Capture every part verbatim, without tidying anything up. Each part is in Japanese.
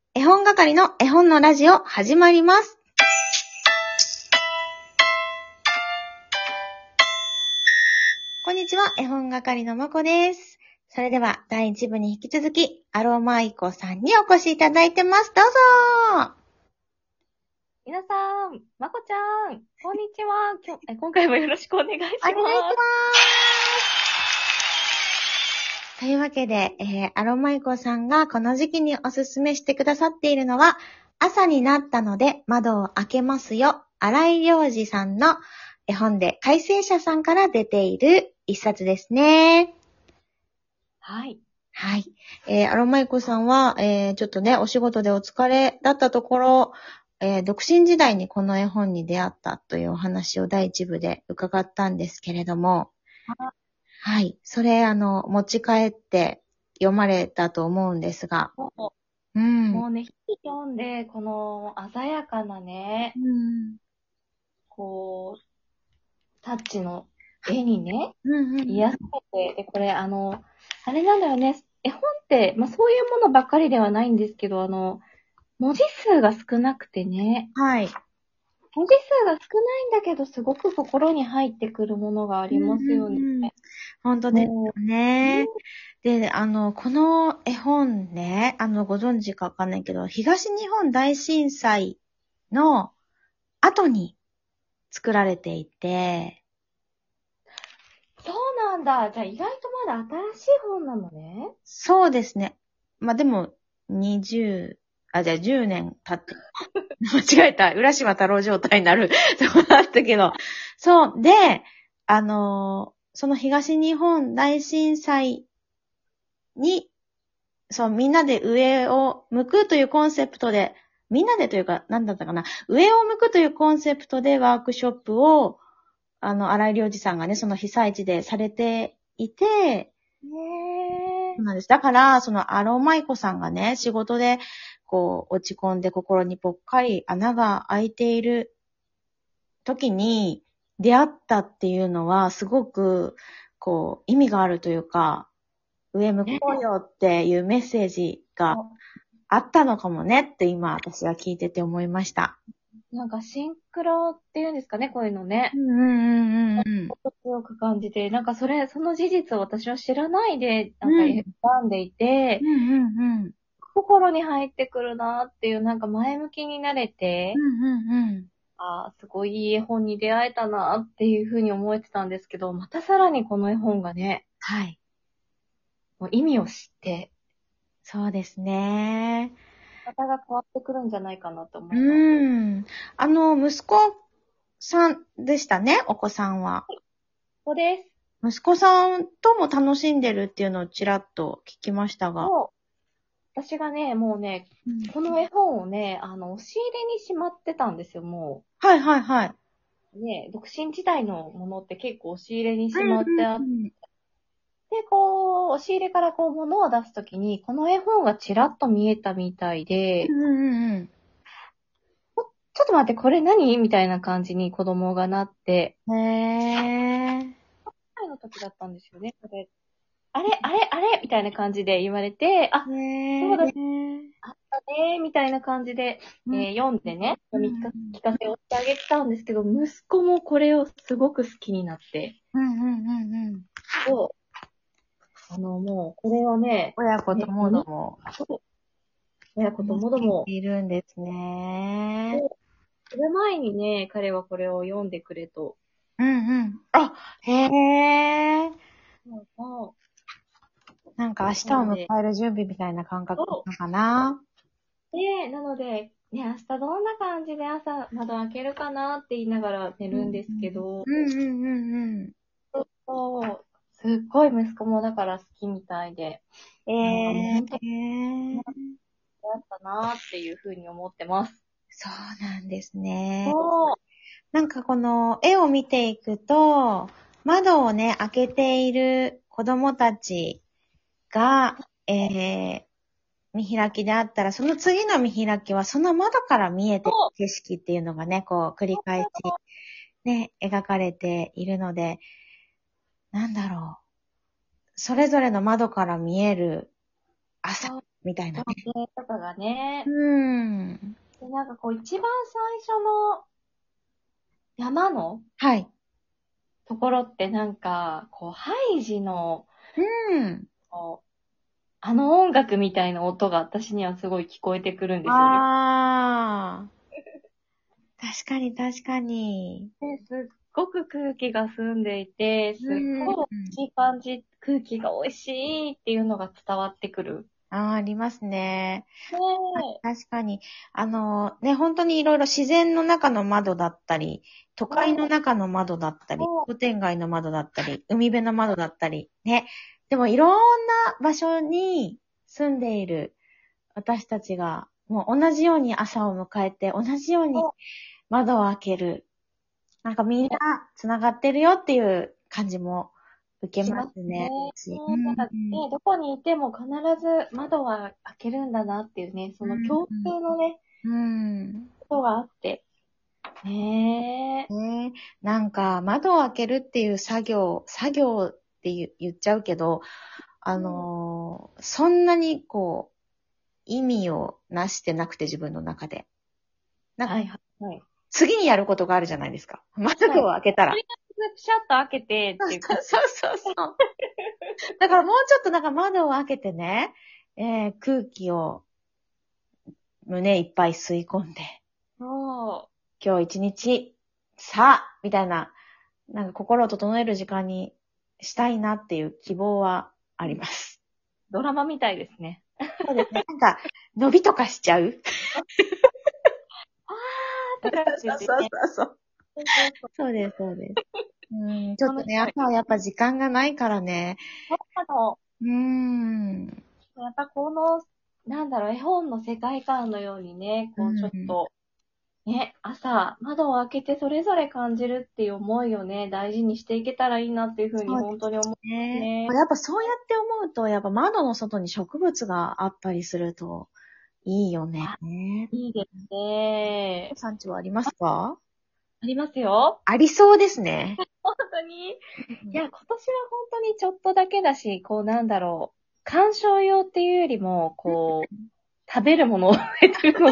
絵本係の絵本のラジオ始まります。こんにちは、絵本係のまこです。それではだいいち部に引き続きアロマイコさんにお越しいただいてます。どうぞ。 皆さん、まこちゃん、こんにちは。今日、え今回もよろしくお願いします。 お願いします。というわけで、えー、アロマイコさんがこの時期におすすめしてくださっているのは、朝になったので窓を開けますよ。新井良二さんの絵本で改正者さんから出ている一冊ですね。 はい。 はい。えー、アロマイコさんは、えー、ちょっとね、お仕事でお疲れだったところ、えー、独身時代にこの絵本に出会ったというお話を第一部で伺ったんですけれども、はい。それ、あの、持ち帰って読まれたと思うんですが。 もうう、 ん。 もうね、日々読んで、この鮮やかなね、 うん。 こう、タッチの絵にね、 うんうん。 癒されて、で、これ、あの、あれなんだよね、絵本って、まあそういうものばっかりではないんですけど、あの、文字数が少なくてね、 はい。 文字数が少ないんだけど、すごく心に入ってくるものがありますよね。 うんうん。本当ですよもね。で、あの、この絵本ね、あの、ご存知かわかんないけど、東日本大震災の後に作られていて、 う、そうなんだ。じゃあ意外とまだ新しい本なのね。 そうですね。まあ、でも、にじゅう、あ、じゃあじゅうねん経って、間違えた。浦島太郎状態になる。そうなったけど。そう。で、あのーその東日本大震災に、そう、みんなで上を向くというコンセプトで、みんなでというか、なんだったかな。上を向くというコンセプトでワークショップを、あの、荒井良二さんがね、その被災地でされていて、 へー。 そうなんです。だから、そのアロマイコさんがね、仕事で、こう、落ち込んで心にぽっかり穴が開いている時に出会ったっていうのは、すごく、こう、意味があるというか、上向ね、 こうよっていうメッセージがあったのかもねって今、私は聞いてて思いました。 なんかシンクロっていうんですかね、こういうのね。 うんうんうんうん。 強く感じて、なんかそれ、その事実を私は知らないで、なんかうん選んでいて、 うんうんうん。 心に入ってくるなっていう、なんか前向きになれて、 うんうんうん。 ああ、すごいいい絵本に出会えたなっていうふうに思えてたんですけど、またさらにこの絵本がね、 はい。 もう意味を知って、 そうですね。 方が変わってくるんじゃないかなとう思います。 ーん。あの、息子さんでしたね、お子さんは。 そうです。 息子さんとも楽しんでるっていうのをちらっと聞きましたが。 そう。私がね、もうね、 うん、 この絵本をね、あの、押し入れにしまってたんですよ、もはいはいはい。 う。ね、独身時代のものって結構押し入れにうしまってあって、 んうんで、こう、押し入れからこう物を出すときに、この絵本がちらっと見えたみたいで、 うんうんうんちょっと待って、これ何みたいな感じに子供がなって、 うん。へー。 前の時だったんですよね、これ。あれあれあれみたいな感じで言われて、あ、 へそうだー。 ね、みたいな感じで、 うんえー読んでね、 うん読み聞か聞かせをしてあげてたんですけど、息子もこれをすごく好きになって、 うんうんうんうん。 そう、あの、もう、これをね、 親子とね、読み、 もどもそう親子と楽しもども、 んでいるんですね。 そうそれ前にね、彼はこれを読んでくれと。 うんうん。あ、へー。 そうそなんか明う。な日を迎ので、 える準備みたいな感覚そなのかな。 う。で、なので、ね、明日どんな感じで朝窓開けるかなって言いながら寝うんるんですけど、 うんうんうんそう、すっごい息子もだから好きみたいで、 うん。 なんかもうえ本当にー、 だったなっていうふうに思ってます。 そうなんですね。 そう。 なんかこの絵を見ていくと、窓をね、開けている子供たちが、えー、見開きであったら、その次の見開きはその窓から見えてるそう。 景色っていうのがね、こう繰り返しね、描かれているので、なんだろう。それぞれの窓から見える朝みたいなね。 情景とかがね。 うん。 で、なんかこう一番最初の山のはい。 ところってなんか、こう、ハイジの、 うん。 こうあの音楽みたいな音が私にはすごい聞こえてくるんですよね。 ああ。確かに確かに。 ですっごく空気が澄んでいて、すっごい美味しい感じ、空気が美味しいっていうのが伝わってくる。 ああ、ありますね。 ねえ。 確かに。あの、ね、本当にいろいろ自然の中の窓だったり、都会の中の窓だったり、 そ商店街の窓だったり、海辺の窓だったり、ね。でもいろんな場所に住んでいる私たちが、もう同じように朝を迎えて、同じように窓を開ける。なんかみんな繋がってるよっていう感じも受けますね。私ね、 うんなんかね、どこにいても必ず窓は開けるんだなっていうね、その共通のね、 うん。 ことがあって。ねえ。 ね、なんか窓を開けるっていう作業、作業って言言っちゃうけど、あのーそんなにこう、意味をなしてなくて自分の中で。なんかはいはいはい。 次にやることがあるじゃないですか。窓を開けたら。 とりあえずピシャッと開けてっていうか。 そうそうそうそう。だからもうちょっとなんか窓を開けてね、えー空気を胸いっぱい吸い込んで、 そう。 今日一日、さあみたいな、なんか心を整える時間にしたいなっていう希望はあります。 ドラマみたいですね。 そうですね。なんか、伸びとかしちゃうあーとかって言ってね。 そうそう。 そうそうそう。 そうです、そうです。うん、ちょっとね、 楽し朝はやっぱ時間がないからね。 あの、 うーん。 やっぱこの、なんだろう、絵本の世界観のようにね、こうちょっと、ね、朝、窓を開けてそれぞれ感じるっていう思いをね、大事にしていけたらいいなっていうふうにそう本当に思うね。 ね。 やっぱそうやって思うと、やっぱ窓の外に植物があったりするといいよね。ね。 いいですね。 産地はありますか？ ありますよ。 ありそうですね。 本当に。いや、今年は本当にちょっとだけだし、こうなんだろう。鑑賞用っていうよりも、こう、食べるものを植えてるの。 い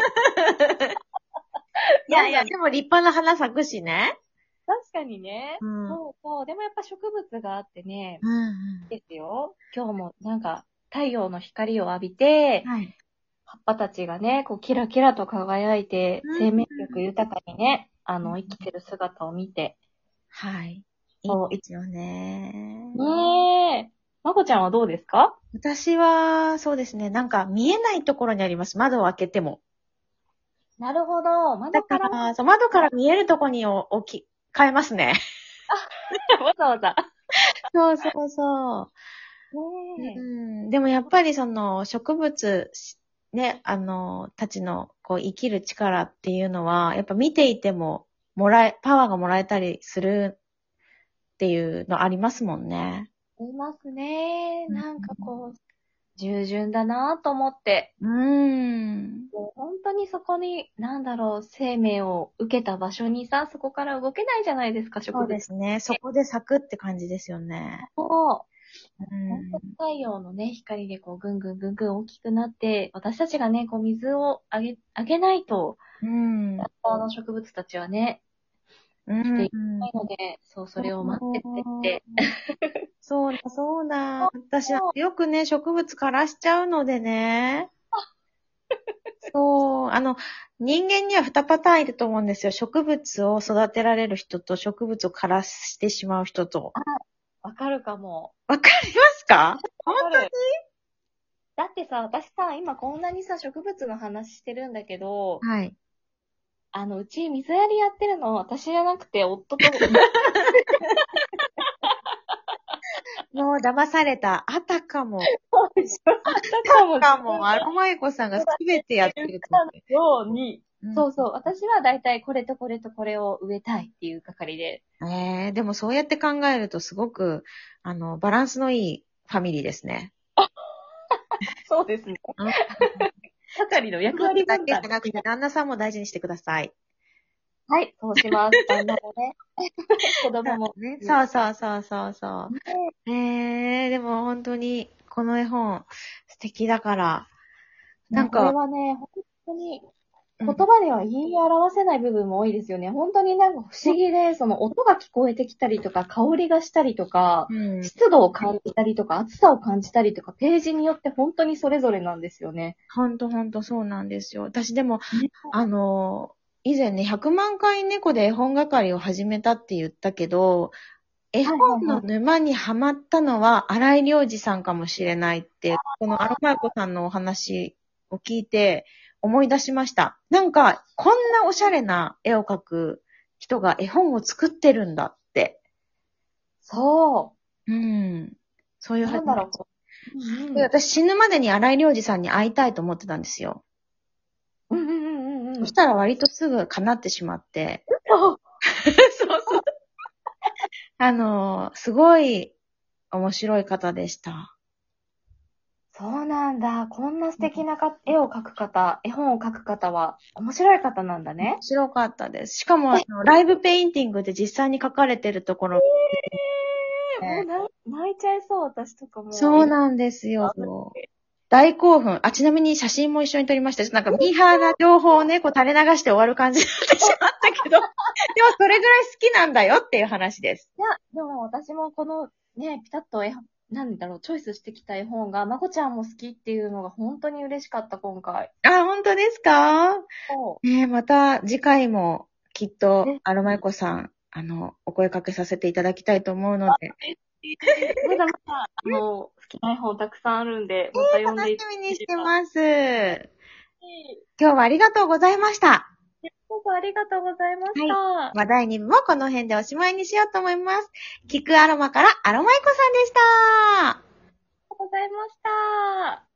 やいや、でも立派な花咲くしね。 確かにね。 うんそうそう。でもやっぱ植物があってね、 うんですよ。今日もなんか太陽の光を浴びて、 はい。 葉っぱたちがね、こうキラキラと輝いて、 うん生命力豊かにね、あの、生きてる姿を見て。 はい。いいそうですよね。 ねえ。まこちゃんはどうですか？ 私は、そうですね。なんか見えないところにあります。窓を開けても。 なるほど。窓だかからら、そう窓から見えるところに置き、変えますね。 わざわざ。 そうそうそう。 ねえ。 うん、でもやっぱりその植物、ね、あの、たちのこう生きる力っていうのは、やっぱ見ていてももらえ、パワーがもらえたりするっていうのありますもんね。 いますね。 うんなんかこう、従順だなと思って。 うーん。 もう本当にそこに、なんだろう、生命を受けた場所にさ、そこから動けないじゃないですか、植そう物。 ですね。そこで咲くって感じですよね。 そう。 うん本当に太陽のね、光でこう、ぐんぐんぐんぐん大きくなって、私たちがね、こう、水をあげ、あげないと、 うん。 あの植物たちはね、 うん。 生きていけないので、そう、それを待ってってって。 そうだ、そうだ。私はよくね、植物枯らしちゃうのでね。そう、あの、人間には二パターンいると思うんですよ。植物を育てられる人と植物を枯らしてしまう人と。 わかるかも。 わかりますか？本わかる。だってさ、私さ、今こんなにさ、植物の話してるんだけど、 はい。 あの、うち水やりやってるの、私じゃなくて夫と、 もう騙された。あたかも。 かもあたかも、アロマエコさんがすべてやってると思って。 ように、 うんそうそう、私はだいたいこれとこれとこれを植えたいっていう係で。 えー、でもそうやって考えるとすごく、あの、バランスのいいファミリーですね。 そうですね。 うん係の役割だ分担。 けじゃなくて、旦那さんも大事にしてください。 はい、そうします。旦那もね。子供も。 ね、そうそうそうそうそう。えー、でも本当に、この絵本、素素敵だから。 なか、これなんんか、 はね、本当に、 うん言葉では言い表せない部分も多いですよね。本当になんか不思議で、その音が聞こえてきたりとか、香りがしたりとか、 うん。 湿度を感じたりとか、暑さを感じたりとか、ページによって本当にそれぞれなんですよね。 ほんとほんとそうなんですよ。私でも、 ねあの、以前ね、ひゃくまん回猫で絵本係を始めたって言ったけど、絵はい本のはいはい。 沼にハマったのは荒井良二さんかもしれないって、このアロマイコさんのお話を聞いて思い出しました。なんか、こんなおしゃれな絵を描く人が絵本を作ってるんだって。 そうん。そういう。 う話。 なんだろう。こううんでうん。 私死ぬまでに荒井良二さんに会いたいと思ってたんですよ。 うんうんうんうんうん。 そしたら割とすぐ叶ってしまって。 そう。 そうそう。あの、すごい面白い方でした。 そうなんだ。こんな素敵なか絵を描く方、絵本を描く方は面白い方なんだ面ね。 白かったです。しかも、あの、ライブペインティングで実際に描かれてるところ、 えー、もうな泣いちゃいそう、私とかも。 そうなんですよ。大興奮。あ、ちなみに写真も一緒に撮りました。ちょっとなんかミーハーな情報をね、こう垂れ流して終わる感じになってしまったけど、でもそれぐらい好きなんだよっていう話です。 いや、でも私もこのね、ピタッと絵、なんだろう、チョイスしてきた絵本が、まこちゃんも好きっていうのが本当に嬉しかった、今回。 あ、本当ですか？ そねえ、また次回もきっとう。で、 アロマイコさん、あの、お声かけさせていただきたいと思うので、 まだまだ、あの、好きな絵本たくさんあるんで、また読ん楽しでいただみにしければ。 てます。 はい今日はありがとうございました。 どうぞありがとうございましはい。 た。 まあ、だいに部もこの辺でおしまいにしようと思います。聞くアロマからアロマイコさんでした。 ありがとうございました。